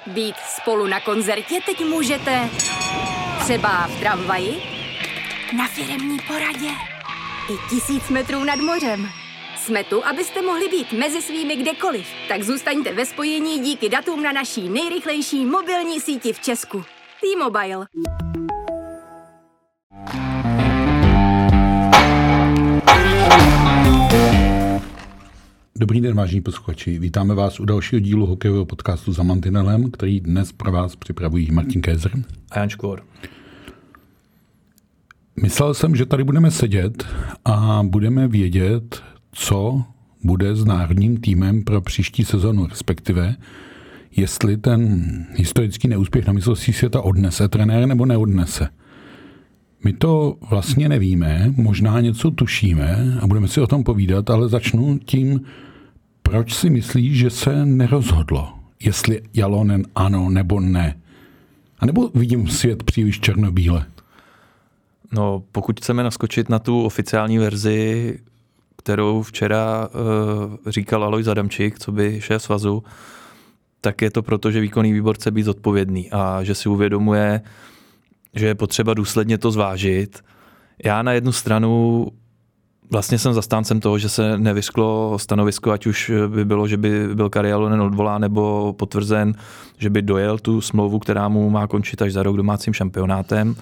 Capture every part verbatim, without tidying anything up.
Být spolu na koncertě teď můžete třeba v tramvaji, na firemní poradě i tisíc metrů nad mořem. Jsme tu, abyste mohli být mezi svými kdekoliv. Tak zůstaňte ve spojení díky datům na naší nejrychlejší mobilní síti v Česku. T-Mobile. Dobrý den, vážení posluchači. Vítáme vás u dalšího dílu hokejového podcastu Za mantinelem, který dnes pro vás připravují Martin Kézer a Jan Škvor. Myslel jsem, že tady budeme sedět a budeme vědět, co bude s národním týmem pro příští sezonu, respektive jestli ten historický neúspěch na mistrovství světa odnese trenér nebo neodnese. My to vlastně nevíme, možná něco tušíme a budeme si o tom povídat, ale začnu tím, proč si myslíš, že se nerozhodlo, jestli Jalonen ano nebo ne. A nebo vidím svět příliš černobíle? No, pokud chceme naskočit na tu oficiální verzi, kterou včera uh, říkal Alojz Adamčík, co by šéf svazu, tak je to proto, že výkonný výbor chce být zodpovědný a že si uvědomuje, že je potřeba důsledně to zvážit. Já na jednu stranu vlastně jsem zastáncem toho, že se nevyšklo stanovisko, ať už by bylo, že by byl Kari Jalonen odvolán nebo potvrzen, že by dojel tu smlouvu, která mu má končit až za rok domácím šampionátem.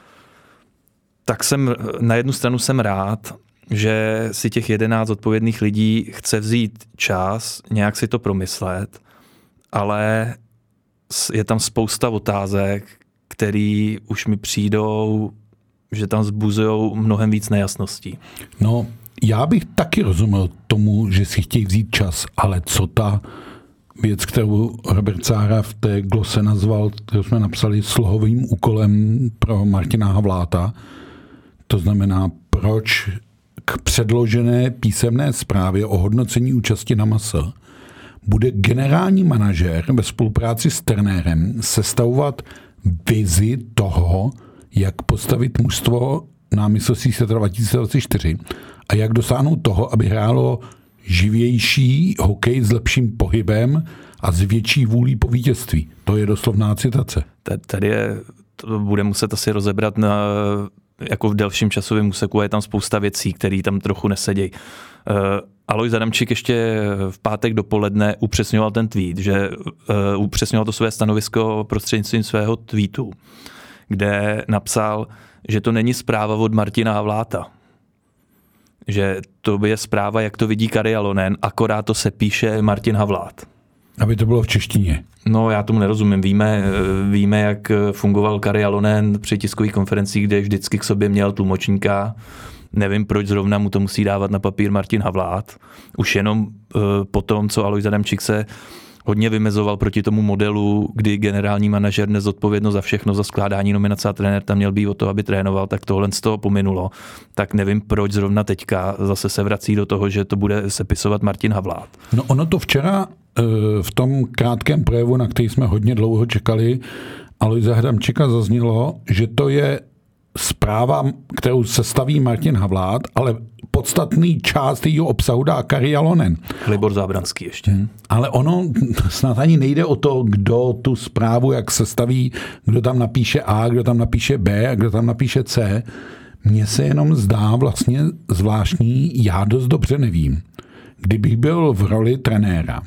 Tak jsem na jednu stranu jsem rád, že si těch jedenáct odpovědných lidí chce vzít čas, nějak si to promyslet, ale je tam spousta otázek, který už mi přijdou, že tam vzbuzujou mnohem víc nejasností. No, já bych taky rozuměl tomu, že si chtějí vzít čas, ale co ta věc, kterou Robert Sára v té glose nazval, kterou jsme napsali slohovým úkolem pro Martina Havláta, to znamená, proč k předložené písemné zprávě o hodnocení účasti na M A S bude generální manažer ve spolupráci s trenérem sestavovat vizi toho, jak postavit mužstvo na mistrovství světa dva tisíce dvacet čtyři a jak dosáhnout toho, aby hrálo živější hokej s lepším pohybem a s větší vůlí po vítězství. To je doslovná citace. Tady je, to bude muset asi rozebrat na, jako v delším časovém úseku, je tam spousta věcí, které tam trochu nesedějí. Uh, Alojz Adamčík ještě v pátek dopoledne upřesňoval ten tweet, že uh, upřesňoval to své stanovisko prostřednictvím svého tweetu, kde napsal, že to není zpráva od Martina Havláta. Že to je zpráva, jak to vidí Kari Jalonen, akorát to se píše Martin Havlát. Aby to bylo v češtině. No, já tomu nerozumím. Víme, víme jak fungoval Kari Jalonen při tiskových konferencích, kde vždycky k sobě měl tlumočníka. Nevím, proč zrovna mu to musí dávat na papír Martin Havlát. Už jenom uh, po tom, co Alojz Adamčík se hodně vymezoval proti tomu modelu, kdy generální manažer nezodpovědnost za všechno, za skládání nominace a trenér tam měl být o to, aby trénoval, tak tohle z toho pominulo. Tak nevím, proč zrovna teďka zase se vrací do toho, že to bude sepisovat Martin Havlát. No ono to včera uh, v tom krátkém projevu, na který jsme hodně dlouho čekali, Alojza Adamčíka zaznělo, že to je zpráva, kterou sestaví Martin Havlát, ale podstatný část jejího obsahu dá Kari Jalonen. Libor Zábranský ještě. Hmm. Ale ono snad ani nejde o to, kdo tu zprávu jak sestaví, kdo tam napíše A, kdo tam napíše B a kdo tam napíše C. Mně se jenom zdá vlastně zvláštní, já dost dobře nevím. Kdybych byl v roli trenéra,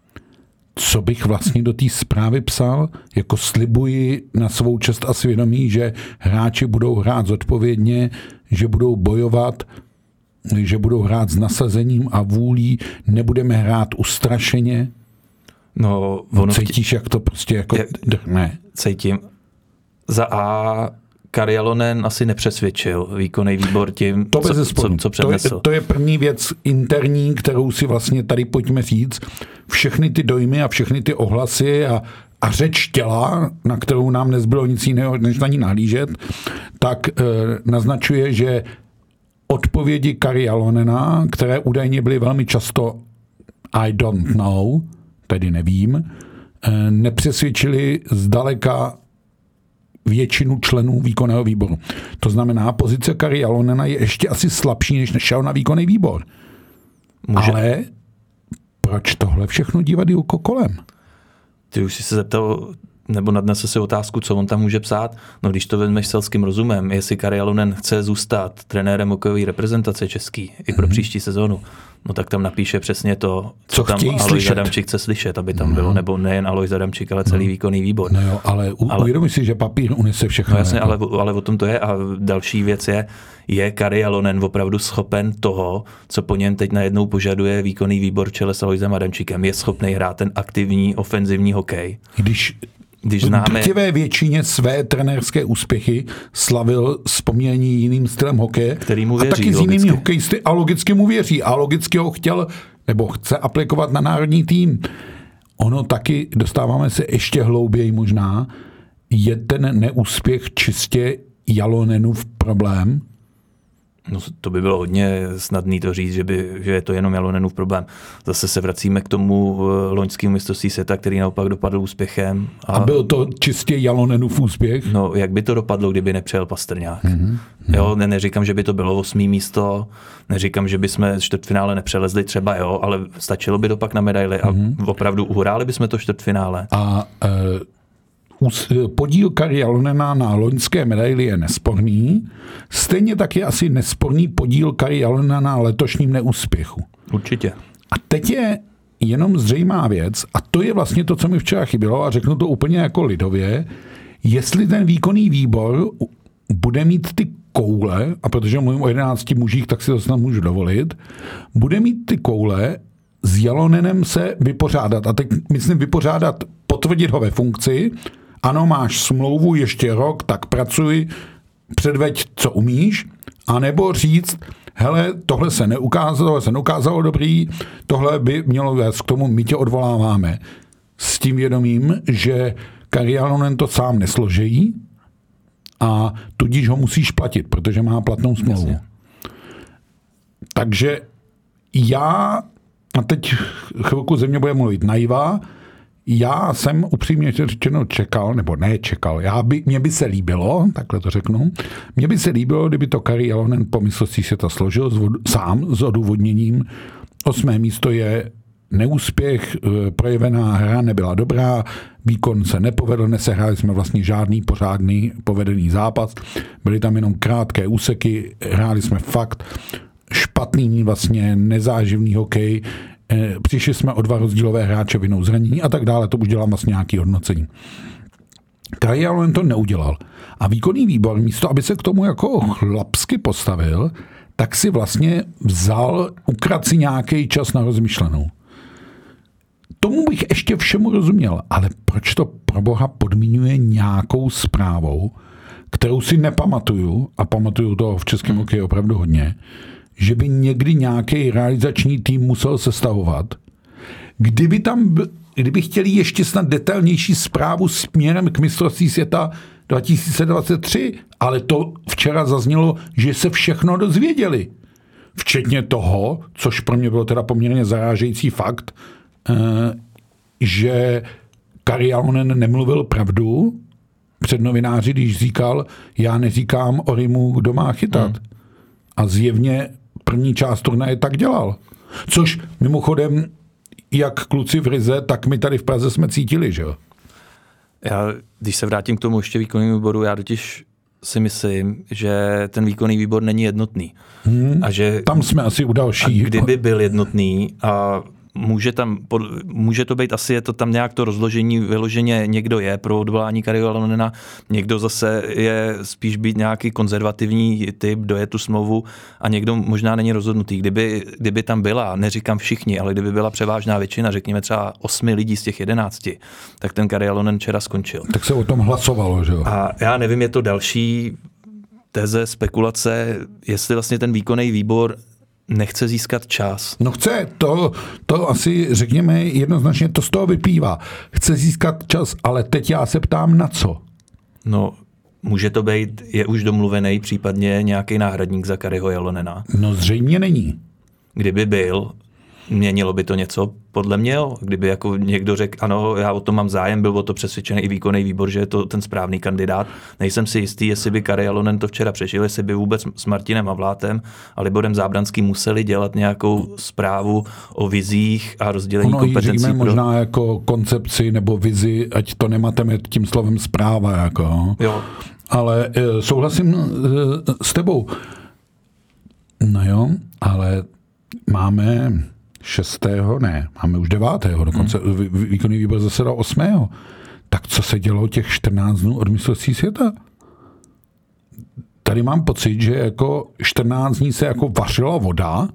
co bych vlastně do té zprávy psal, jako slibuji na svou čest a svědomí, že hráči budou hrát zodpovědně, že budou bojovat, že budou hrát s nasazením a vůlí, nebudeme hrát ustrašeně. No, ono cítíš, jak to prostě jako drhne. Cítím. Za A Kari Jalonen asi nepřesvědčil výkonný výbor tím, to co, co, co přednesl. To je, to je první věc interní, kterou si vlastně tady pojďme říct. Všechny ty dojmy a všechny ty ohlasy a, a řeč těla, na kterou nám nezbylo nic jiného, než na ní nahlížet, tak e, naznačuje, že odpovědi Kari Jalonena, které údajně byly velmi často I don't know, tedy nevím, e, nepřesvědčili zdaleka většinu členů výkonného výboru. To znamená, pozice Kari Jalonena je ještě asi slabší, než šel na výkonný výbor. Může. Ale proč tohle všechno divadýlko kolem? Ty už jsi se zeptal, nebo nadnesl si otázku, co on tam může psát. No když to vezmeš selským rozumem, jestli Kari Jalonen chce zůstat trenérem hokejové reprezentace český i pro mm-hmm. příští sezónu, no tak tam napíše přesně to, co, co tam Alojz Adamčík chce slyšet, aby tam no. bylo, nebo nejen Alojz Adamčík, ale celý no. výkonný výbor. No jo, ale, u, ale uvědomuji si, že papír unese všechno. No jasně, jako. ale, ale o tom to je. A další věc je, je Kari Jalonen opravdu schopen toho, co po něm teď najednou požaduje výkonný výbor v čele s Alojzem Adamčíkem. Je schopný hrát ten aktivní, ofenzivní hokej. Když Když v známe... drtivé většině své trenérské úspěchy slavil s poměrně jiným stylem hokeje který mu věří, a taky s logicky. jinými hokejisty a logicky mu věří a logicky ho chtěl nebo chce aplikovat na národní tým. Ono taky, dostáváme se ještě hlouběji možná, je ten neúspěch čistě Jalonenův problém? No, to by bylo hodně snadný to říct, že, by, že je to jenom Jalonenův problém. Zase se vracíme k tomu loňskému mistrovství světa, který naopak dopadl úspěchem. A, a byl to čistě Jalonenův úspěch? No, jak by to dopadlo, kdyby nepřijel Pastrňák? Mm-hmm. Jo, ne, neříkám, že by to bylo osmý místo, neříkám, že by jsme čtvrtfinále nepřelezli třeba, jo, ale stačilo by to pak na medaili a mm-hmm. opravdu uhráli bychom to čtvrtfinále. A e, podíl Kari Jalonena na loňské medaili je nesporný. Stejně tak je asi nesporný podíl Kari Jalonena na letošním neúspěchu. Určitě. A teď je jenom zřejmá věc, a to je vlastně to, co mi včera chybělo, a řeknu to úplně jako lidově, jestli ten výkonný výbor bude mít ty koule, a protože mluvím o jedenácti mužích, tak si to snad můžu dovolit, bude mít ty koule s Jalonenem se vypořádat. A teď myslím vypořádat, potvrdit ho ve funkci. Ano, máš smlouvu ještě rok, tak pracuj, předveď, co umíš, anebo říct, hele, tohle se neukázalo, tohle se neukázalo dobrý, tohle by mělo vést k tomu, my tě odvoláváme. S tím vědomím, že Kari Jalonen to sám nesloží a tudíž ho musíš platit, protože má platnou smlouvu. Jasně. Takže já, a teď chvilku ze mě bude mluvit naiva, já jsem upřímně řečeno čekal, nebo ne čekal, já by, mě by se líbilo, takhle to řeknu, mě by se líbilo, kdyby to Kari Jalonen po mistrovství světa složil zvod, sám s odůvodněním. Osmé místo je neúspěch, projevená hra nebyla dobrá, výkon se nepovedl, nesehráli jsme vlastně žádný pořádný povedený zápas, byly tam jenom krátké úseky, hráli jsme fakt špatný, vlastně nezáživný hokej, přišli jsme o dva rozdílové hráče vinou zranění a tak dále, to už dělám vlastně nějaký hodnocení. Kari Jalonen to neudělal. A výkonný výbor, místo aby se k tomu jako chlapsky postavil, tak si vlastně vzal, ukradl si nějaký čas na rozmyšlenou. Tomu bych ještě všemu rozuměl, ale proč to pro boha podmiňuje nějakou zprávou, kterou si nepamatuju, a pamatuju to v českém hmm. hokeji opravdu hodně, že by někdy nějaký realizační tým musel sestavovat. Kdyby tam, kdyby chtěli ještě snad detailnější zprávu směrem k mistrovství světa dva tisíce dvacet tři, ale to včera zaznělo, že se všechno dozvěděli. Včetně toho, což pro mě bylo teda poměrně zarážející fakt, že Kari Jalonen nemluvil pravdu před novináři, když říkal, já neříkám o Rimu, kdo má chytat. Hmm. A zjevně první část turnaje tak dělal. Což mimochodem, jak kluci v Rize, tak my tady v Praze jsme cítili, že jo? Já, když se vrátím k tomu ještě výkonnému výboru, já totiž si myslím, že ten výkonný výbor není jednotný. Hmm, a že, tam jsme asi u další. A kdyby byl jednotný a může tam, může to být, asi je to tam nějak to rozložení, vyloženě někdo je pro odvolání Kari Jalonena, někdo zase je spíš být nějaký konzervativní typ, kdo je tu smlouvu a někdo možná není rozhodnutý. Kdyby, kdyby tam byla, neříkám všichni, ale kdyby byla převážná většina, řekněme třeba osmi lidí z těch jedenácti, tak ten Kari Jalonen včera skončil. Tak se o tom hlasovalo, že jo? A já nevím, je to další teze, spekulace, jestli vlastně ten výkonný výbor nechce získat čas. No chce, to, to asi řekněme jednoznačně, to z toho vyplývá. Chce získat čas, ale teď já se ptám na co? No, může to být, je už domluvený případně nějaký náhradník za Kariho Jalonena? No zřejmě není. Kdyby byl, Měnilo by to něco? Podle mě jo. Kdyby jako někdo řekl, ano, já o tom mám zájem, byl o to přesvědčený i výkonný výbor, že je to ten správný kandidát. Nejsem si jistý, jestli by Kari Jalonen to včera přežil, jestli by vůbec s Martinem Havlátem a Liborem Zábranským museli dělat nějakou zprávu o vizích a rozdělení ono kompetencí. Ono pro... možná jako koncepci nebo vizi, ať to nemateme tím slovem zpráva. Jako. Jo. Ale e, souhlasím e, s tebou. No jo, ale máme šestého, ne, máme už devátého dokonce, hmm. výkonný výbor zasedal osmého Tak co se dělo těch čtrnáct dnů od mistrovství světa? Tady mám pocit, že jako čtrnáct dní se jako vařila voda,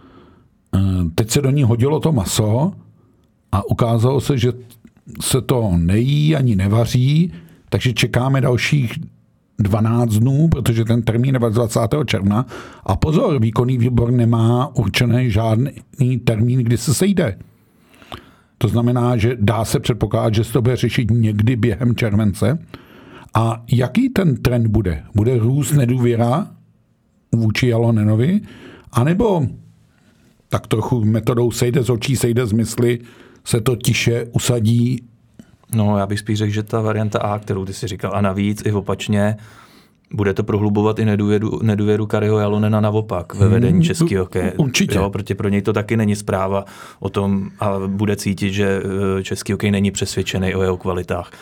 teď se do ní hodilo to maso a ukázalo se, že se to nejí ani nevaří, takže čekáme dalších dvanáct dnů, protože ten termín je dvacátého června. A pozor, výkonný výbor nemá určený žádný termín, kdy se sejde. To znamená, že dá se předpokládat, že se to bude řešit někdy během července. A jaký ten trend bude? Bude růst nedůvěra vůči Jalonenovi? A nebo tak trochu metodou sejde z očí, sejde z mysli, se to tiše usadí? No, já bych spíš řekl, že ta varianta A, kterou ty si říkal, a navíc i opačně, bude to prohlubovat i nedůvěru, nedůvěru Kariho Jalonena naopak ve vedení českého hokeje. Určitě. Jo, protože pro něj to taky není zpráva o tom a bude cítit, že český hokej není přesvědčený o jeho kvalitách.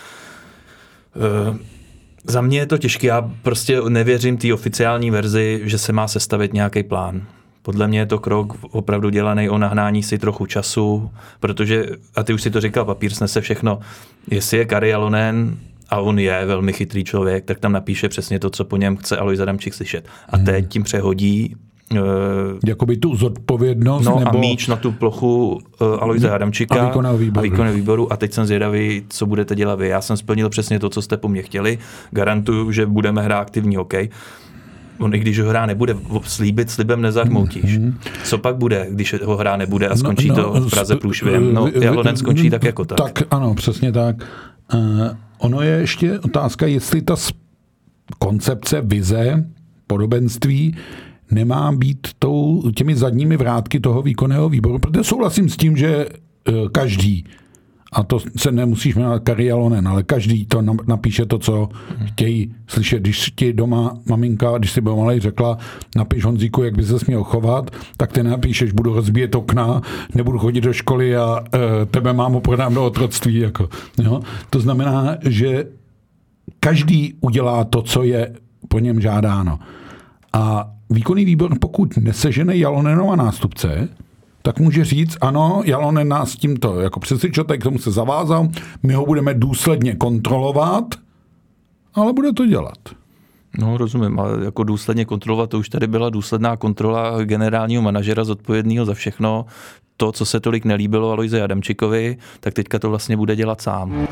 E, za mě je to těžké, já prostě nevěřím té oficiální verzi, že se má sestavit nějaký plán. Podle mě je to krok opravdu dělaný o nahnání si trochu času, protože, a ty už si to říkal, papír snese všechno, jestli je Kari Jalonen, a on je velmi chytrý člověk, tak tam napíše přesně to, co po něm chce Alojz Adamčík slyšet. A hmm. teď tím přehodí uh, jakoby tu zodpovědnost no, nebo... a míč na tu plochu uh, Alojze Adamčíka a výkonného výboru. a výkonného výboru. A teď jsem zvědavý, co budete dělat vy. Já jsem splnil přesně to, co jste po mně chtěli. Garantuju, že budeme hrát aktivní hokej. On i když ho hrá nebude, slíbit slibem nezarmoutíš. Mm-hmm. Co pak bude, když ho hrá nebude a skončí no, no, to v Praze průšvihem? No, Jalonen skončí tak jako tak. Tak ano, přesně tak. Uh, ono je ještě otázka, jestli ta koncepce, vize, podobenství nemá být tou, těmi zadními vrátky toho výkonného výboru, protože souhlasím s tím, že uh, každý, a to se nemusíš jmenovat Kari Jalonen, ale každý to napíše to, co chtějí slyšet. Když ti doma maminka, když si byl malej, řekla, napiš Honzíku, jak by se směl chovat, tak ty napíšeš, budu rozbíjet okna, nebudu chodit do školy a e, tebe mámo prodám do otroctví. Jako, jo? To znamená, že každý udělá to, co je po něm žádáno. A výkonný výbor, pokud nesežene Jalonenova nástupce, tak může říct, ano, Jalonen nás tímto jako přesvědčil, tak k tomu se zavázal, my ho budeme důsledně kontrolovat, ale bude to dělat. No, rozumím, ale jako důsledně kontrolovat, to už tady byla důsledná kontrola generálního manažera zodpovědného za všechno. To, co se tolik nelíbilo Alojze Adamčíkovi, tak teďka to vlastně bude dělat sám.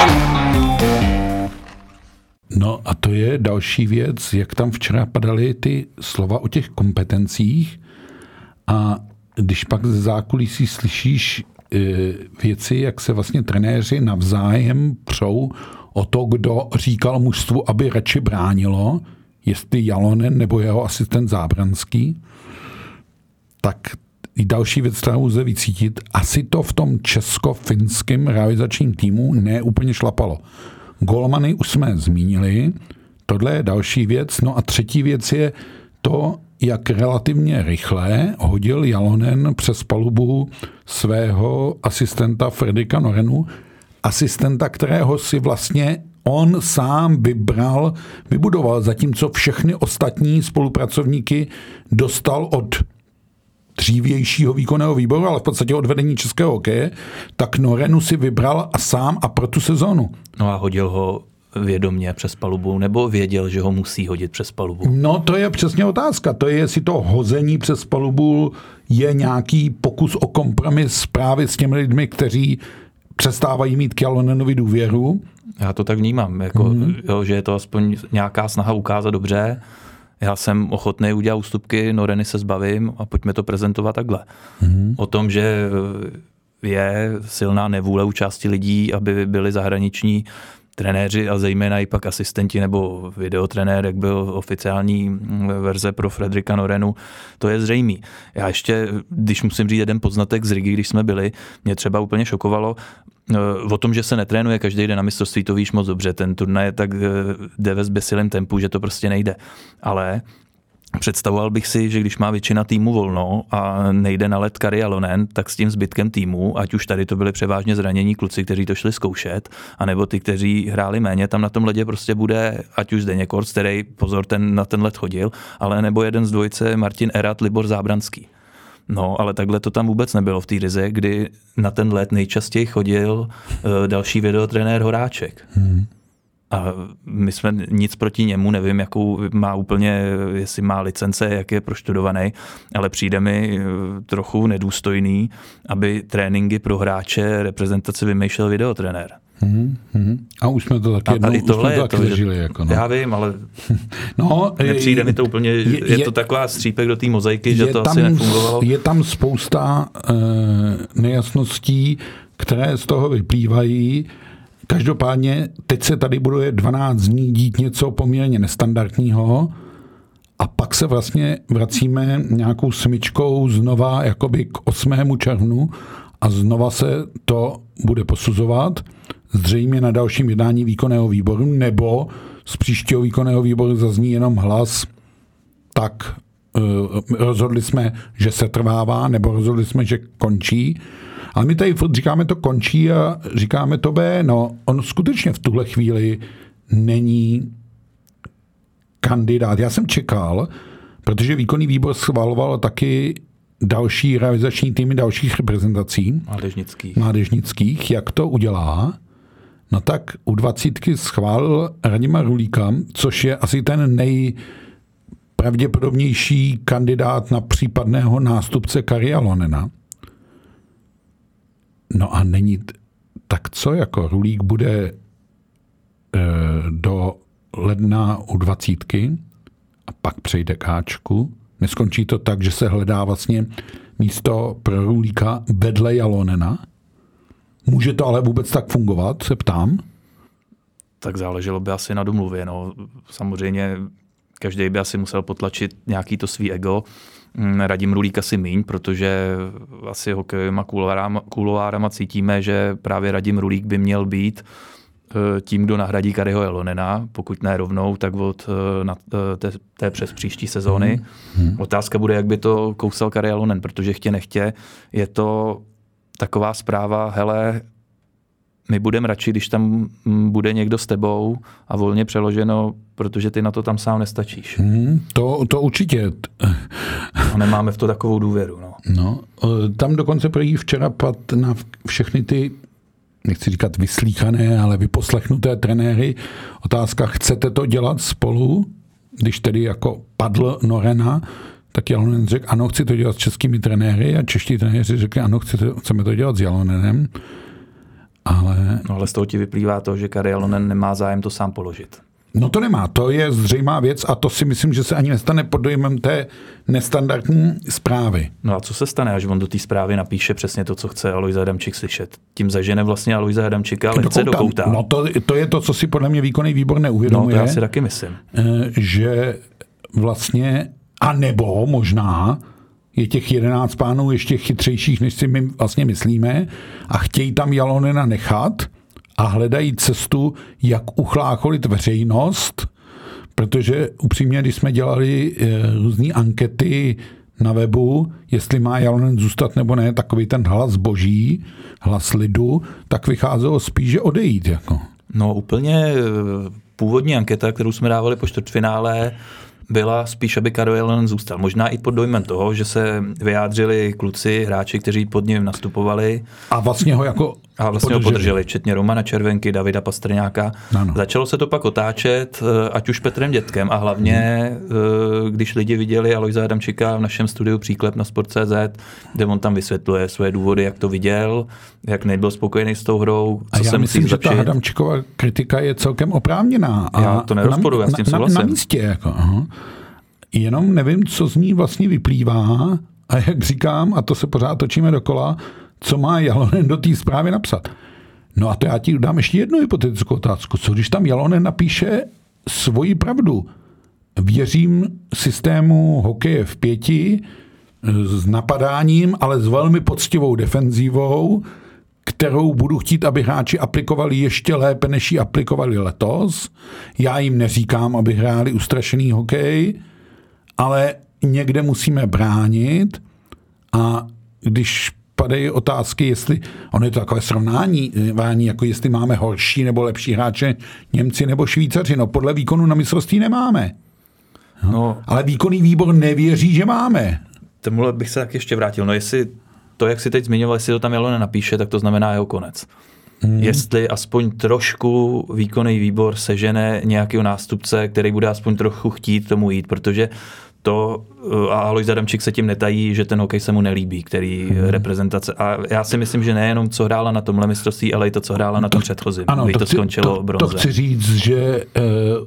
No a to je další věc, jak tam včera padaly ty slova o těch kompetencích a když pak ze zákulisí slyšíš e, věci, jak se vlastně trenéři navzájem přou o to, kdo říkal mužstvu, aby radši bránilo, jestli Jalonen nebo jeho asistent Zábranský, tak i další věc, kterou lze vycítit, asi to v tom česko-finském realizačním týmu ne úplně šlapalo. Golmany už jsme zmínili, tohle je další věc. No a třetí věc je to, jak relativně rychle hodil Jalonen přes palubu svého asistenta Fredrika Norenu, asistenta, kterého si vlastně on sám vybral, vybudoval, zatímco všechny ostatní spolupracovníky dostal od dřívějšího výkonného výboru, ale v podstatě od vedení českého hokeje, tak Norenu si vybral a sám a pro tu sezónu. No a hodil ho vědomě přes palubu, nebo věděl, že ho musí hodit přes palubu? No to je přesně otázka. To je, jestli to hození přes palubu je nějaký pokus o kompromis právě s těmi lidmi, kteří přestávají mít k Jalonenovi důvěru. Já to tak vnímám, jako, mm. jo, že je to aspoň nějaká snaha ukázat dobře. Já jsem ochotný udělat ústupky, Noreny se zbavím a pojďme to prezentovat takhle. Mm. O tom, že je silná nevůle u části lidí, aby byli zahraniční trenéři a zejména i pak asistenti nebo videotrenér, jak byl oficiální verze pro Fredrika Norenu, to je zřejmý. Já ještě, když musím říct jeden poznatek z Rigy, když jsme byli, mě třeba úplně šokovalo, o tom, že se netrénuje každý den na mistrovství, to víš moc dobře, ten turnaj tak jde ve zběsilém tempu, že to prostě nejde. Ale představoval bych si, že když má většina týmu volno a nejde na let Kari Jalonen, tak s tím zbytkem týmu, ať už tady to byly převážně zranění kluci, kteří to šli zkoušet, anebo ty, kteří hráli méně, tam na tom ledě prostě bude, ať už Zdeněk Korc, který, pozor, ten na ten led chodil, ale nebo jeden z dvojice Martin Erat, Libor Zábranský. No, ale takhle to tam vůbec nebylo v té Rize, kdy na ten let nejčastěji chodil uh, další videotrenér Horáček. Hmm. A my jsme nic proti němu, nevím, jakou má úplně, jestli má licence, jak je proštudovaný, ale přijde mi trochu nedůstojný, aby tréninky pro hráče reprezentaci vymýšlel videotrenér. Hmm, hmm. A už jsme to taky, a, a jednou, už jsme to taky to, zažili. Jako, no. Já vím, ale no, nepřijde mi to úplně, je, je to taková střípek do té mozaiky, že to tam, asi nefungovalo. Je tam spousta uh, nejasností, které z toho vyplývají. Každopádně teď se tady bude dvanáct dní dít něco poměrně nestandardního a pak se vlastně vracíme nějakou smyčkou znova jakoby k osmému červnu a znova se to bude posuzovat zřejmě na dalším jednání výkonného výboru, nebo z příštího výkonného výboru zazní jenom hlas, tak uh, rozhodli jsme, že se trvává, nebo rozhodli jsme, že končí. Ale my tady furt říkáme, to končí a říkáme to B, no on skutečně v tuhle chvíli není kandidát. Já jsem čekal, protože výkonný výbor schvaloval taky další realizační týmy dalších reprezentací. Mládežnických. Mládežnických, jak to udělá. No tak u dvacítky schválil Radima Rulíka, což je asi ten nejpravděpodobnější kandidát na případného nástupce Kari Jalonena. No a není, tak co, jako Rulík bude e, do ledna u dvacítky a pak přejde k Háčku. Neskončí to tak, že se hledá vlastně místo pro Rulíka vedle Jalonena. Může to ale vůbec tak fungovat, se ptám? Tak záleželo by asi na domluvě. No. Samozřejmě každý by asi musel potlačit nějaký to svý ego. Radim Rulík asi míň, protože asi hokejovýma kuloárama cítíme, že právě Radim Rulík by měl být tím, kdo nahradí Kariho Jalonena, pokud ne rovnou, tak od na té, té přes příští sezóny. Hmm. Otázka bude, jak by to kousal Kari Jalonen, protože chtě nechtě je to taková zpráva, hele, my budeme radši, když tam bude někdo s tebou a volně přeloženo, protože ty na to tam sám nestačíš. Hmm, to, to určitě. A nemáme v to takovou důvěru. No. No, tam dokonce prý včera pad na všechny ty, nechci říkat vyslíchané, ale vyposlechnuté trenéry. Otázka, chcete to dělat spolu? Když tedy jako padl Norena, tak Jalonen řekl, ano, chci to dělat s českými trenéry a čeští trenéři řekli, ano, chceme to dělat s Jalonenem. Ale... No ale z toho ti vyplývá to, že Kari Jalonen nemá zájem to sám položit. No to nemá, to je zřejmá věc a to si myslím, že se ani nestane pod dojmem té nestandardní zprávy. No a co se stane, až on do té zprávy napíše přesně to, co chce Alojza Adamčík slyšet? Tím zažene vlastně Alojza Adamčíka lehce do kouta. No to, to je to, co si podle mě výkonný výbor neuvědomuje. No to já si taky myslím. Že vlastně, a nebo možná je těch jedenáct pánů ještě chytřejších, než si my vlastně myslíme a chtějí tam Jalonena nechat a hledají cestu, jak uchlácholit veřejnost, protože upřímně, když jsme dělali různé ankety na webu, jestli má Jalonen zůstat nebo ne, takový ten hlas boží, hlas lidu, tak vycházelo spíš, že odejít. Jako. No úplně původní anketa, kterou jsme dávali po čtvrtfinále, byla spíš, aby Kari Jalonen zůstal. Možná i pod dojmem toho, že se vyjádřili kluci, hráči, kteří pod ním nastupovali. A vlastně ho jako A vlastně podrželi. ho podrželi, včetně Romana Červenky, Davida Pastrňáka. Ano. Začalo se to pak otáčet, ať už Petrem Dětkem a hlavně, hmm. když lidi viděli Alojza Adamčíka v našem studiu Příklep na sport tečka cé zet, kde on tam vysvětluje svoje důvody, jak to viděl, jak nebyl spokojený s tou hrou, co a já se myslím, musí zlepšit. že ta Adamčíkova kritika je celkem oprávněná. A já to nerozporuji, já s tím souhlasím. Na, na místě, jako, aha. Jenom nevím, co z ní vlastně vyplývá a jak říkám, a to se pořád točíme dokola, co má Jalonen do té zprávy napsat. No a to já ti dám ještě jednu hypotetickou otázku. Co když tam Jalonen napíše svoji pravdu? Věřím systému hokeje v pěti s napadáním, ale s velmi poctivou defenzívou, kterou budu chtít, aby hráči aplikovali ještě lépe, než ji aplikovali letos. Já jim neříkám, aby hráli ustrašený hokej, ale někde musíme bránit a když padají otázky, jestli, ono je to takové srovnání, jako jestli máme horší nebo lepší hráče Němci nebo Švýcaři. No podle výkonu na mistrovství nemáme. No, no, ale výkonný výbor nevěří, že máme. Tomuhle bych se tak ještě vrátil. No jestli to, jak si teď zmiňoval, jestli to tam Jalo nenapíše, tak to znamená jeho konec. Hmm. Jestli aspoň trošku výkonný výbor sežene nějakého nástupce, který bude aspoň trochu chtít tomu jít, protože to, a Alojz Adamčík se tím netají, že ten hokej se mu nelíbí, který hmm. reprezentace. A já si myslím, že nejenom co hrála na tomhle mistrovství, ale i to, co hrála na tom předchozím. Ano, to, to chci, skončilo to, bronze. To chci říct, že uh,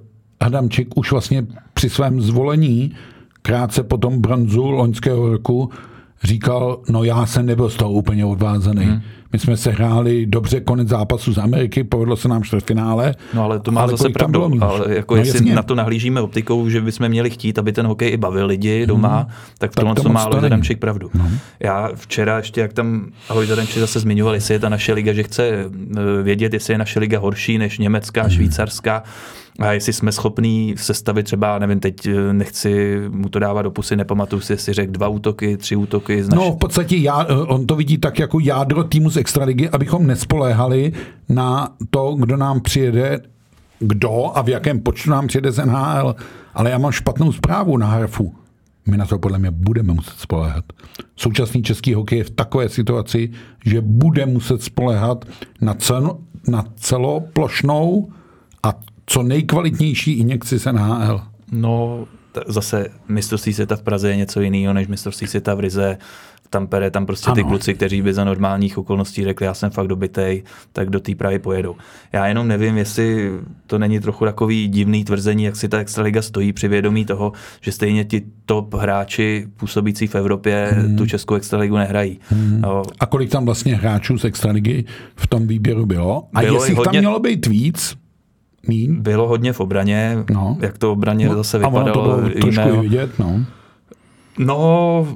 Adamčík už vlastně při svém zvolení krátce po tom bronzu loňského roku říkal, no já jsem nebyl z toho úplně odvázaný. Hmm. My jsme se hráli dobře konec zápasu z Ameriky, povedlo se nám čtvrtfinále. No ale to má ale zase pravdu. Ale jako no, jestli jasně. na to nahlížíme optikou, že bychom měli chtít, aby ten hokej i bavil lidi doma, hmm. tak v tomhle to má Alojz Adamčík pravdu. No. Já včera ještě, jak tam Alojz Adamčík zase zmiňoval, jestli je ta naše liga, že chce vědět, jestli je naše liga horší než německá, hmm. švýcarská, a jestli jsme schopní sestavit třeba, nevím, teď nechci mu to dávat do pusy, nepamatuju si, jestli řekl dva útoky, tři útoky. Z naši... No v podstatě já, on to vidí tak jako jádro týmu z extraligy, abychom nespoléhali na to, kdo nám přijede, kdo a v jakém počtu nám přijede z N H L. Ale já mám špatnou zprávu na Harfu. My na to podle mě budeme muset spoléhat. Současný český hokej je v takové situaci, že bude muset spoléhat na, cel, na celoplošnou a co nejkvalitnější injekci z N H L. No, t- zase mistrovství světa v Praze je něco jiného než mistrovství světa v Rize. V Tampere tam prostě ano. Ty kluci, kteří by za normálních okolností řekli, já jsem fakt dobitej, tak do té Prahy pojedou. Já jenom nevím, jestli to není trochu takový divný tvrzení, jak si ta extraliga stojí při vědomí toho, že stejně ti top hráči působící v Evropě hmm. tu českou extraligu nehrají. Hmm. No. A kolik tam vlastně hráčů z extraligy v tom výběru bylo? A bylo jestli hodně... tam mělo být víc? Mín? Bylo hodně v obraně, no. Jak to obraně no, zase vypadalo. A ono to bylo trošku vidět, no. No,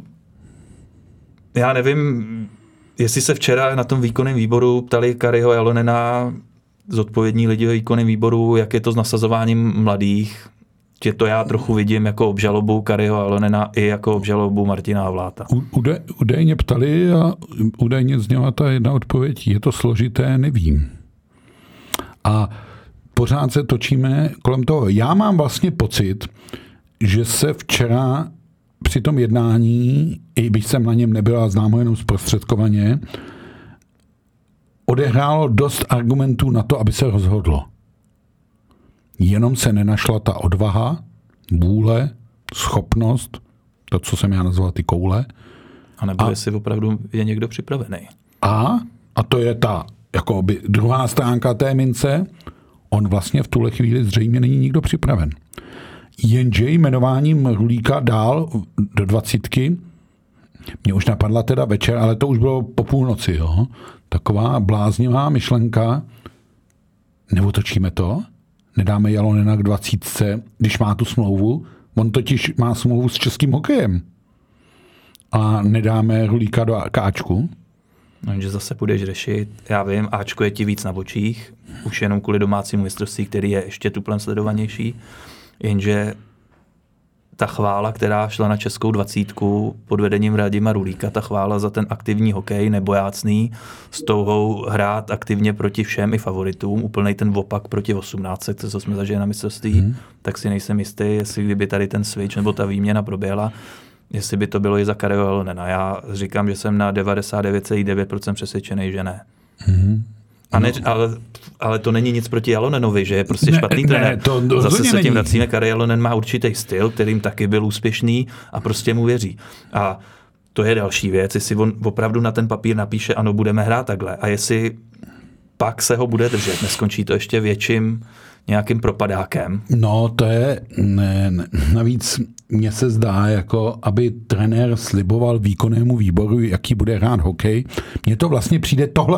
já nevím, jestli se včera na tom výkonném výboru ptali Kariho Jalonena, zodpovědní lidi ve výkonném výboru, jak je to s nasazováním mladých. Tě to já trochu vidím jako obžalobu Kariho Jalonena i jako obžalobu Martina Havláta. Ude, údajně ptali a údajně zněla ta jedna odpověď, je to složité, nevím. A pořád se točíme kolem toho. Já mám vlastně pocit, že se včera při tom jednání, i byť jsem na něm nebyl a znám ho jenom zprostředkovaně, odehrálo dost argumentů na to, aby se rozhodlo. Jenom se nenašla ta odvaha, vůle, schopnost, to, co jsem já nazval ty koule. A nebo a, jestli opravdu je někdo připravený. A, a to je ta jakoby druhá stránka té mince, on vlastně v tuhle chvíli zřejmě není nikdo připraven. Jenže jmenováním Rulíka dál do dvacítky, mě už napadla teda večer, ale to už bylo po půlnoci, jo? Taková bláznivá myšlenka, neotočíme to, nedáme Jalonena k dvacítce, když má tu smlouvu, on totiž má smlouvu s českým hokejem a nedáme Rulíka do Ačku. No, že zase budeš řešit, já vím, Ačko je ti víc na očích, už jenom kvůli domácímu mistrovství, který je ještě tuplem sledovanější, jenže ta chvála, která šla na českou dvacítku pod vedením Radima Rulíka, ta chvála za ten aktivní hokej, nebojácný, s touhou hrát aktivně proti všem i favoritům, úplnej ten opak proti osmnáctce, co jsme zažili na mistrovství, hmm. tak si nejsem jistý, jestli kdyby tady ten switch nebo ta výměna proběhla, jestli by to bylo i za Kariho Jalonena. Já říkám, že jsem na devadesát devět celá devět procent přesvědčený, že ne. Hmm. A ne, ale, ale to není nic proti Jalonenovi, že je prostě ne, špatný ne, trenér. To, to Zase se tím není. vracíme, Kari Jalonen má určitý styl, kterým taky byl úspěšný a prostě mu věří. A to je další věc, jestli on opravdu na ten papír napíše, ano, budeme hrát takhle. A jestli pak se ho bude držet, neskončí to ještě větším nějakým propadákem. No, to je, ne, ne, navíc mně se zdá, jako aby trenér sliboval výkonnému výboru, jaký bude hrát hokej. Mně to vlastně přijde tohle,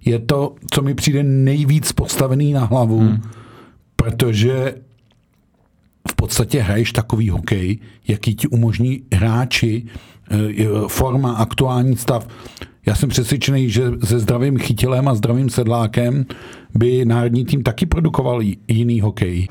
je to, co mi přijde nejvíc postavený na hlavu, hmm. protože v podstatě hraješ takový hokej, jaký ti umožní hráči, forma, aktuální stav. Já jsem přesvědčený, že se zdravým chytilem a zdravým sedlákem by národní tým taky produkoval jiný hokej.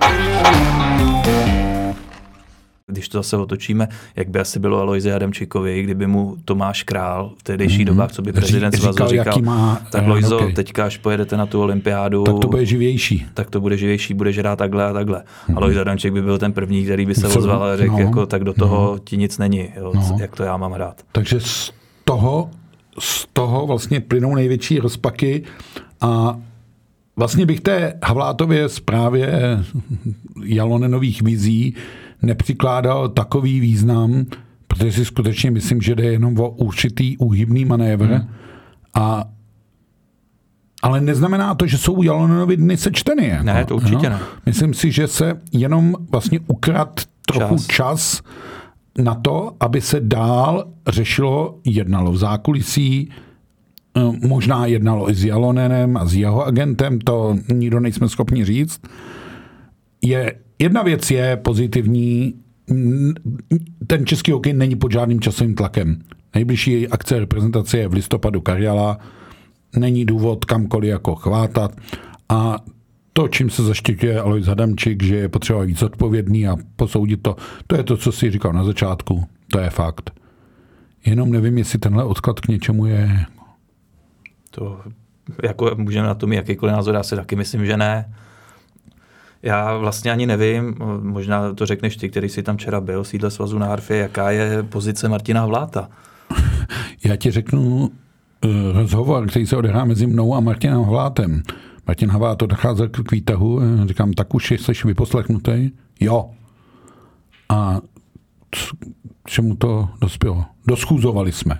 Když to zase otočíme, jak by asi bylo Alojzi Adamčíkovi, kdyby mu Tomáš Král v tehdejších mm-hmm. dobách, co by prezident svazu říkal, má, tak Lojzo, okay. teďka až pojedete na tu olympiádu, tak to bude živější. Tak to bude živější, budeš hrát takhle a takhle. Mm-hmm. Alojzi Adamčík by byl ten první, který by se Co? ozval a řekl, no, jako, tak do toho no. ti nic není, jo, no. jak to já mám hrát. Takže z toho, z toho vlastně plynou největší rozpaky a vlastně bych té Havlátově zprávě Jalonenových vizí nepřikládal takový význam, protože si skutečně myslím, že jde jenom o určitý úhybný manévr. Hmm. A, ale neznamená to, že jsou Jalonenovi dny sečteny. Jako, ne, to určitě no? ne. Myslím si, že se jenom vlastně ukrad trochu čas. čas na to, aby se dál řešilo, jednalo v zákulisí, možná jednalo i s Jalonenem a s jeho agentem, to nikdo nejsme schopni říct. Je Jedna věc je pozitivní, ten český hokej není pod žádným časovým tlakem. Nejbližší akce reprezentace je v listopadu Karjala, není důvod kamkoliv jako chvátat a to, čím se zaštiťuje Alojz Adamčík, že je potřeba víc odpovědný a posoudit to, to je to, co si říkal na začátku, to je fakt. Jenom nevím, jestli tenhle odklad k něčemu je. To jako můžeme na tom jakýkoliv názor, já si taky myslím, že ne. Já vlastně ani nevím, možná to řekneš ty, který jsi tam včera byl, v sídle svazu na Harfě, jaká je pozice Martina Havláta? Já ti řeknu uh, rozhovor, který se odehrá mezi mnou a Martinem Havlátem. Martin Havlát odcházel k výtahu, říkám, tak už jsi vyposlechnutý? Jo. A čemu to dospělo? Doschůzovali jsme.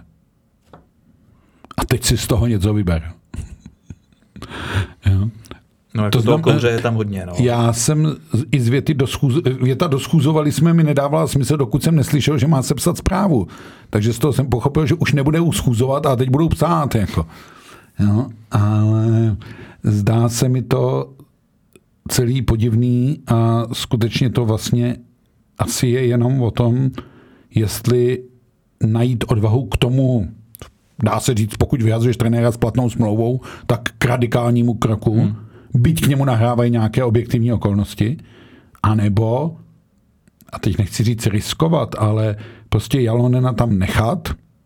A teď si z toho něco vyber. Jo. No jako to toho kouře je tam hodně. No. Já jsem i z věty doschůz, věta doschůzovali jsme mi nedávala smysl, dokud jsem neslyšel, že má sepsat zprávu. Takže z toho jsem pochopil, že už nebude uschůzovat a teď budou psát. Jako. Jo, ale zdá se mi to celý podivný a skutečně to vlastně asi je jenom o tom, jestli najít odvahu k tomu, dá se říct, pokud vyhazuješ trenéra s platnou smlouvou, tak k radikálnímu kroku, hmm. byť k němu nahrávají nějaké objektivní okolnosti, anebo, a teď nechci říct riskovat, ale prostě Jalonena tam nechat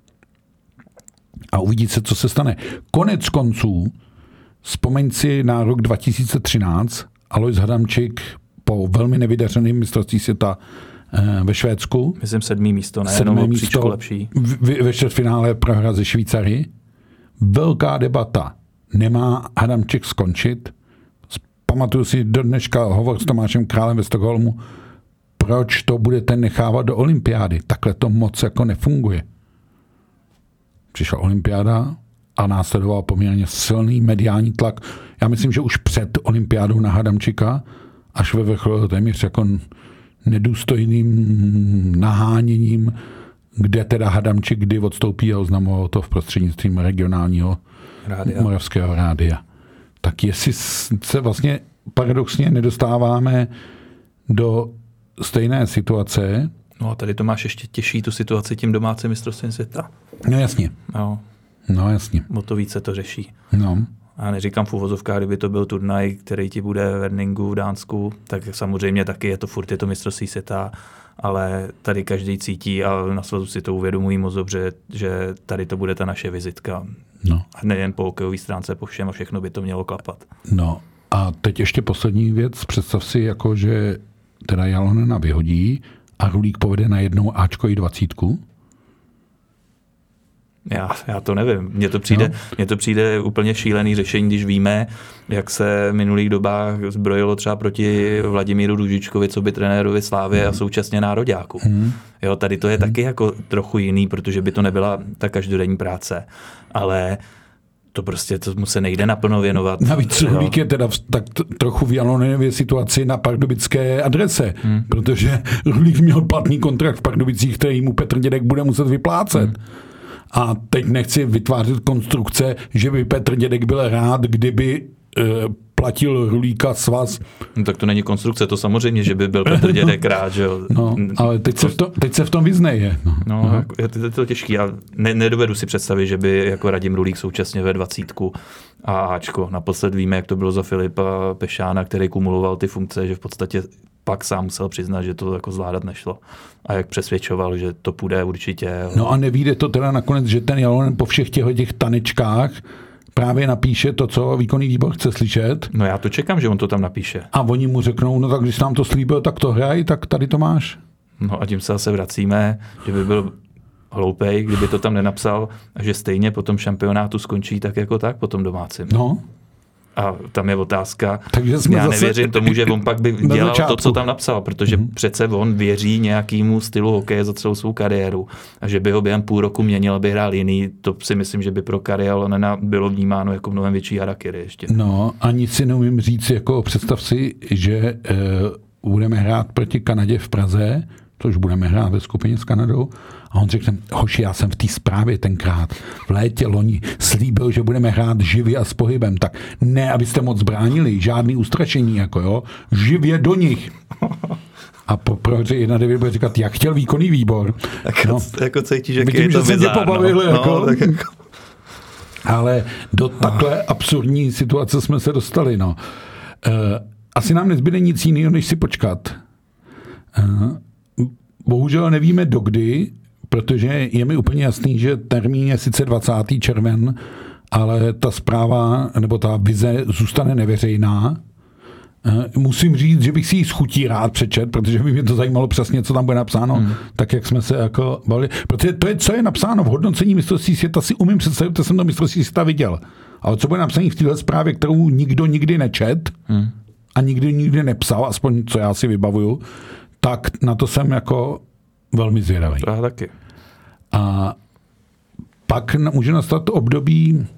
a uvidí se, co se stane. Konec konců, vzpomeň si na rok dva tisíce třináct, Alojz Adamčík po velmi nevydařeném mistrovství světa ve Švédsku. Myslím sedmý místo, ne? Sedmé místo lepší. V, ve čtvrtfinále prohra ze Švýcary. Velká debata. Nemá Adamčík skončit? Pamatuju si do dneška hovor s Tomášem Králem ve Stockholmu. Proč to budete nechávat do olympiády? Takhle to moc jako nefunguje. Přišla olympiáda a následoval poměrně silný mediální tlak. Já myslím, že už před olympiádou na Adamčíka až ve vrcholu téměř jako nedůstojným naháněním, kde teda Adamčík kdy odstoupí a oznamoval to v prostřednictvím regionálního rádia. Moravského rádia. Tak jestli se vlastně paradoxně nedostáváme do stejné situace. No a tady to máš ještě těžší tu situaci tím domácím mistrovstvím světa. No jasně. No, no jasně. O to více to řeší. No. Já neříkám v uvozovkách, kdyby to byl turnaj, který ti bude v Werningu v Dánsku, tak samozřejmě taky je to furt je to mistrovství světa, ale tady každý cítí a na svazu si to uvědomují moc dobře, že tady to bude ta naše vizitka. No. A nejen po hokejové stránce, po všem a všechno by to mělo klapat. No a teď ještě poslední věc. Představ si, jako, že teda Jalonena vyhodí a Rulík povede na jednou Ačko i dvacítku. Já, já to nevím. Mně to, přijde, no. mně to přijde úplně šílený řešení, když víme, jak se v minulých dobách zbrojilo třeba proti Vladimíru Růžičkovi, co by trenérovi Slávy hmm. a současně nároďáku. Hmm. Jo, tady to je hmm. taky jako trochu jiný, protože by to nebyla ta každodenní práce. Ale to prostě tomu se nejde naplno věnovat. Navíc Rulík je teda v, tak trochu v Jalonenově situaci na pardubické adrese, hmm. protože Rulík měl platný kontrakt v Pardubicích, který mu Petr Dědek bude muset vyplácet. Hmm. A teď nechci vytvářet konstrukce, že by Petr Dědek byl rád, kdyby e, platil Rulíka svaz. No, tak to není konstrukce, to samozřejmě, že by byl Petr Dědek rád, že jo. No, ale teď se v, to, teď se v tom vyzneje. No, no je to, to těžký. Já ne, nedovedu si představit, že by jako Radim Rulík současně ve dvacítku a Ačko. Naposled víme, jak to bylo za Filipa Pešána, který kumuloval ty funkce, že v podstatě pak sám musel přiznat, že to jako zvládat nešlo. A jak přesvědčoval, že to půjde určitě. No a nevíde to teda nakonec, že ten Jalonen po všech těch, těch tanečkách právě napíše to, co výkonný výbor chce slyšet. No já to čekám, že on to tam napíše. A oni mu řeknou, no tak když nám to slíbil, tak to hraj, tak tady to máš. No a tím se zase vracíme, že by byl hloupej, kdyby to tam nenapsal, a že stejně po tom šampionátu skončí tak jako tak po tom domácím. No. A tam je otázka, Takže jsme já zase nevěřím tomu, že on pak by dělal začátku. to, co tam napsal, protože mm. přece on věří nějakému stylu hokeje za celou svou kariéru a že by ho během půl roku měnil, aby hrál jiný, to si myslím, že by pro Kari Jalonena bylo vnímáno jako mnohem větší harakiri ještě. No a nic si neumím říct, jako představ si, že e, budeme hrát proti Kanadě v Praze, což budeme hrát ve skupině s Kanadou. A on řekne, hoši, já jsem v té zprávě tenkrát v létě loni slíbil, že budeme hrát živě a s pohybem. Tak ne, abyste moc bránili, žádný ustrašení, jako jo, živě do nich. A po prohře jedna devět bude říkat, jak chtěl výkonný výbor. Tak no, jako cítíš, jak vidím, je to že bizár, se tě pobavili, no. jako. No, tak jako. Ale do takhle absurdní situace jsme se dostali. No. Uh, asi nám nezbyde nic jiného, než si počkat. Uh, bohužel nevíme dokdy, protože je mi úplně jasný, že termín je sice dvacátého června, ale ta zpráva nebo ta vize zůstane neveřejná. Musím říct, že bych si ji s chutí rád přečet, protože by mě to zajímalo přesně, co tam bude napsáno, hmm. tak jak jsme se jako bavili. Protože to je, co je napsáno v hodnocení mistrovství světa, si umím představit, to jsem to mistrovství světa viděl. Ale co bude napsané v téhle zprávě, kterou nikdo nikdy nečet hmm. a nikdy nikdy nepsal, aspoň co já si vybavuju, tak na to jsem jako velmi zvědavý. Já taky. A pak může nastat období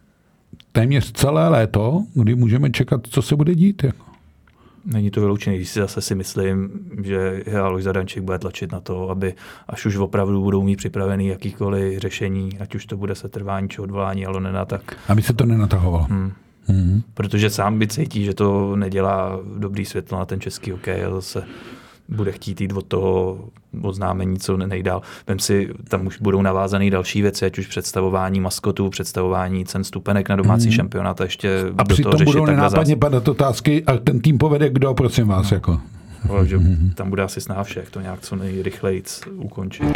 téměř celé léto, kdy můžeme čekat, co se bude dít. Jako. Není to vyloučené, když si zase si myslím, že Alojza Adamčík bude tlačit na to, aby až už opravdu budou mít připravený jakýkoliv řešení, ať už to bude setrvání či odvolání Jalonena, tak... Aby se to nenatahovalo. Hmm. Hmm. Protože sám by cítí, že to nedělá dobrý světlo na ten český hokej a zase bude chtít jít od toho oznámení, co nejdál. Vem si, tam už budou navázané další věci, ať už představování maskotů, představování cen stupenek na domácí mm. šampionát a ještě a do toho řešit. A budou nenápadně padat otázky a ten tým povede kdo, prosím vás. No. Jako. Ale, že mm. tam bude asi snaha všech to nějak co nejrychleji ukončit.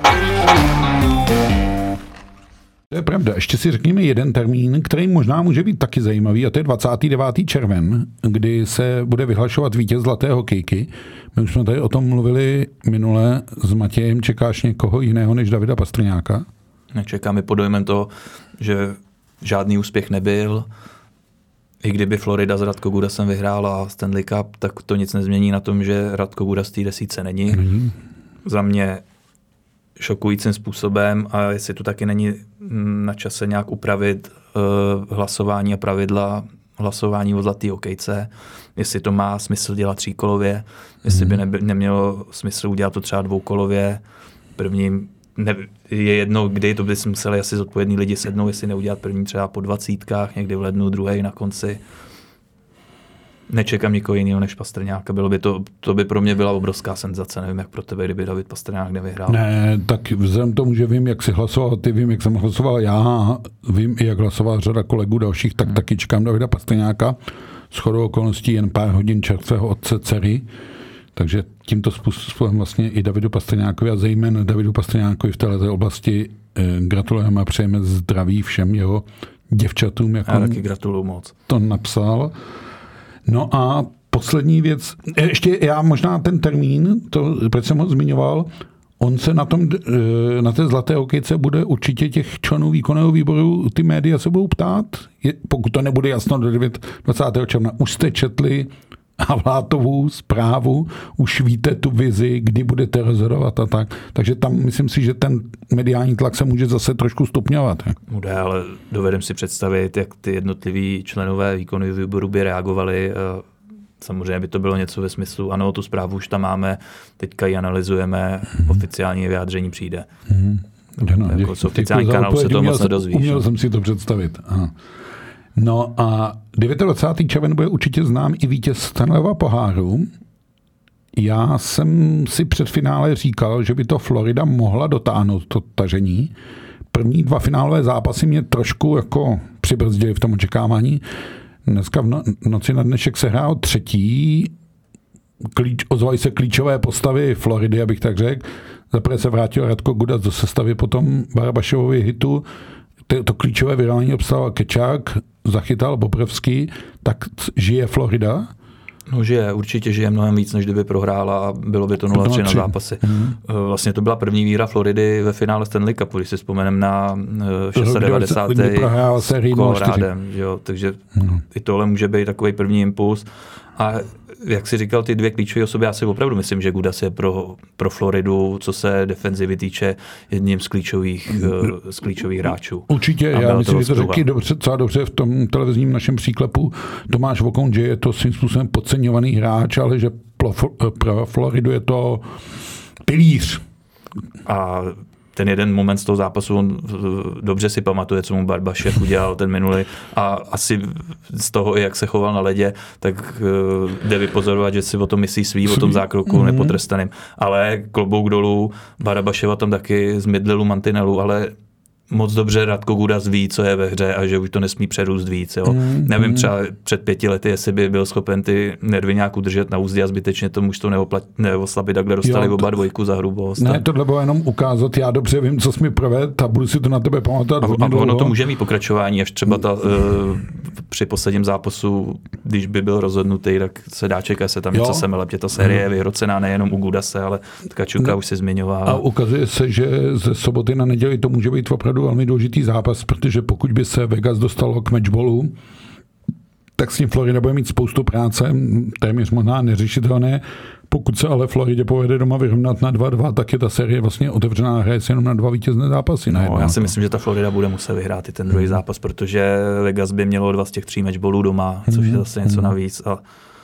To je pravda. Ještě si řekněme jeden termín, který možná může být taky zajímavý, a to je dvacátého devátého června, kdy se bude vyhlašovat vítěz zlaté hokejky. My už jsme tady o tom mluvili minule s Matějem. Čekáš někoho jiného než Davida Pastrňáka? Nečekám, je pod dojmem toho, že žádný úspěch nebyl. I kdyby Florida s Radko Gudasem vyhrála Stanley Cup, tak to nic nezmění na tom, že Radko Gudas v té desítce není. Mm. Za mě šokujícím způsobem a jestli tu taky není na čase nějak upravit uh, hlasování a pravidla hlasování o zlatý hokejce, jestli to má smysl dělat tříkolově, jestli by neby, nemělo smysl udělat to třeba dvoukolově. Prvním ne, je jedno, kdy to by si museli asi zodpovědní lidi sednout, jestli neudělat první třeba po dvacítkách, někdy v lednu, druhý na konci. Nečekám nikoho jiného než Pastrňáka. Bylo by to, to by pro mě byla obrovská senzace. Nevím, jak pro tebe, kdyby David Pastrňák nevyhrál. Ne, tak vzhledem tomu, že vím, jak jsi hlasoval, ty vím, jak jsem hlasoval já, vím i, jak hlasovala řada kolegů dalších, tak hmm. taky čekám Davida Pastrňáka. Shodou okolností yen pár hodin čerstvého otce dcery. Takže tímto způsobem vlastně i Davidu Pastrňákovi a zejména Davidu Pastrňákovi v této oblasti eh, gratulujeme a přejeme zdraví všem jeho děvčatům. Jak já taky gratuluju moc. To napsal. No a poslední věc, ještě já možná ten termín, to, proč jsem ho zmiňoval, on se na tom, na té zlaté hokejce bude určitě těch členů výkonného výboru, ty média se budou ptát, je, pokud to nebude jasno do dvacátého června. Už jste četli Havlátovu zprávu, už víte tu vizi, kdy budete rozhodovat a tak. Takže tam myslím si, že ten mediální tlak se může zase trošku stupňovat. Bude, ale dovedem si představit, jak ty jednotliví členové výkonného výboru by reagovali. Samozřejmě by to bylo něco ve smyslu, ano, tu zprávu už tam máme, teďka ji analyzujeme, hmm. oficiální vyjádření přijde. Hmm. No, jako z oficiální kanálu se to moc nedozvíš. Uměl jsem si to představit. Aha. No a dvacátého devátého června bude určitě znám i vítěz Stanleyova poháru. Já jsem si před finále říkal, že by to Florida mohla dotáhnout, to tažení. První dva finálové zápasy mě trošku jako přibrzdili v tom očekávání. Dneska v no, noci na dnešek se hrál třetí. Klíč, ozvaly se klíčové postavy Floridy, abych tak řekl. Zaprvé se vrátil Radko Gudas do sestavy, potom Barabašovovi hitu. To, to klíčové vydání obstával Kečák, zachytal Bobrovský, tak žije Florida? No žije, určitě žije mnohem víc, než kdyby prohrála a bylo by to nula tři na zápasy. Mm. Vlastně to byla první výhra Floridy ve finále Stanley Cupu, když si vzpomeneme na devadesátý šest s Colorádem. Takže mm. i tohle může být takový první impuls. A jak jsi říkal, ty dvě klíčové osoby, já si opravdu myslím, že Gudas je pro, pro Floridu, co se defenzivy týče, jedním z klíčových, z klíčových hráčů. Určitě, já myslím, že to řekli dobře, docela dobře v tom televizním našem příklepu Tomáš Vokon, že je to svým způsobem podceňovaný hráč, ale že pro, pro Floridu je to pilíř. A ten jeden moment z toho zápasu, on dobře si pamatuje, co mu Barbašev udělal ten minulý a asi z toho, jak se choval na ledě, tak jde vypozorovat, že si o tom myslí svý, o tom zákroku mm-hmm. nepotrestaným. Ale klobouk dolů, Barabaševa tam taky z Midlelu mantinelu, ale moc dobře Radko Gudas ví, co je ve hře a že už to nesmí přerůst víc. Jo. Mm, Nevím, mm. třeba před pěti lety, jestli by byl schopen ty nervy nějak udržet na úzdě a zbytečně tomu už to neoslabit, takhle dostali jo, to, oba dvojku za hrubost. Ne, tohle bylo jenom ukázat, já dobře vím, co jsi mi provedl a budu si to na tebe pamatovat. A, a ono to může mít pokračování, až třeba ta, uh, při posledním zápasu, když by byl rozhodnutý, tak se dá čekat, se tam jo. něco semele, protože ta série je vyhrocená nejenom u Gudase, ale Tkačuka už se zmiňoval. A ukazuje se, že ze soboty na neděli to může být opravdu velmi důležitý zápas, protože pokud by se Vegas dostalo k matchballu, tak s tím Florida bude mít spoustu práce, téměř možná neřešitelné. Pokud se ale Floridě povede doma vyrovnat na dva dva, tak je ta série vlastně otevřená, hraje se jenom na dva vítězné zápasy. No, já si myslím, že ta Florida bude muset vyhrát i ten druhý hmm. zápas, protože Vegas by mělo dva z těch tří matchballů doma, což je zase něco navíc. A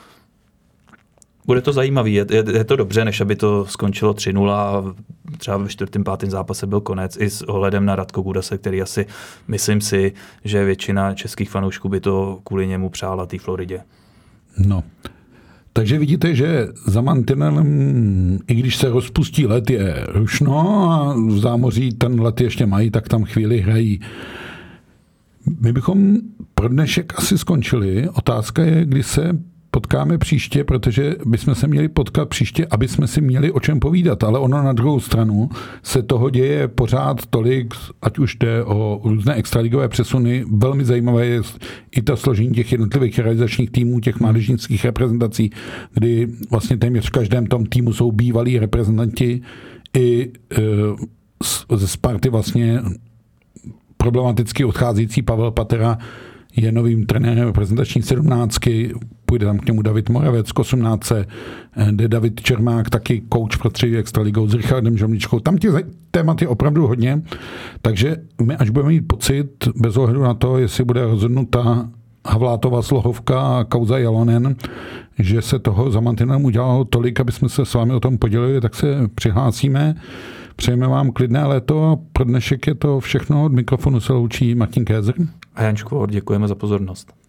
bude to zajímavý, je, je, je to dobře, než aby to skončilo tři nula a třeba ve čtvrtém, pátém zápase byl konec i s ohledem na Radko Gudase, který asi, myslím si, že většina českých fanoušků by to kvůli němu přála té Floridě. No, takže vidíte, že za mantinelem, i když se rozpustí led, je rušno a v zámoří ten led ještě mají, tak tam chvíli hrají. My bychom pro dnešek asi skončili. Otázka je, kdy se potkáme příště, protože bychom se měli potkat příště, aby jsme si měli o čem povídat, ale ono na druhou stranu se toho děje pořád tolik, ať už jde o různé extraligové přesuny. Velmi zajímavé je i to složení těch jednotlivých realizačních týmů, těch mládežnických reprezentací, kdy vlastně téměř v každém tom týmu jsou bývalí reprezentanti i e, ze Sparty vlastně problematicky odcházející Pavel Patera je novým trenérem reprezentační sedmnáctky, půjde tam k němu David Moravec k osmnáctce, jde David Čermák, taky kouč pro třetí extraligou s Richardem Žomličkou. Tam těch témat je opravdu hodně, takže my až budeme mít pocit, bez ohledu na to, jestli bude rozhodnuta Havlátova Slohovka a kauza Jalonen, že se toho za mantinelem udělalo tolik, aby jsme se s vámi o tom podělili, tak se přihlásíme. Přejeme vám klidné léto a pro dnešek je to všechno. Od mikrofonu se loučí Martin Kézer. A Jan Škvor, děkujeme za pozornost.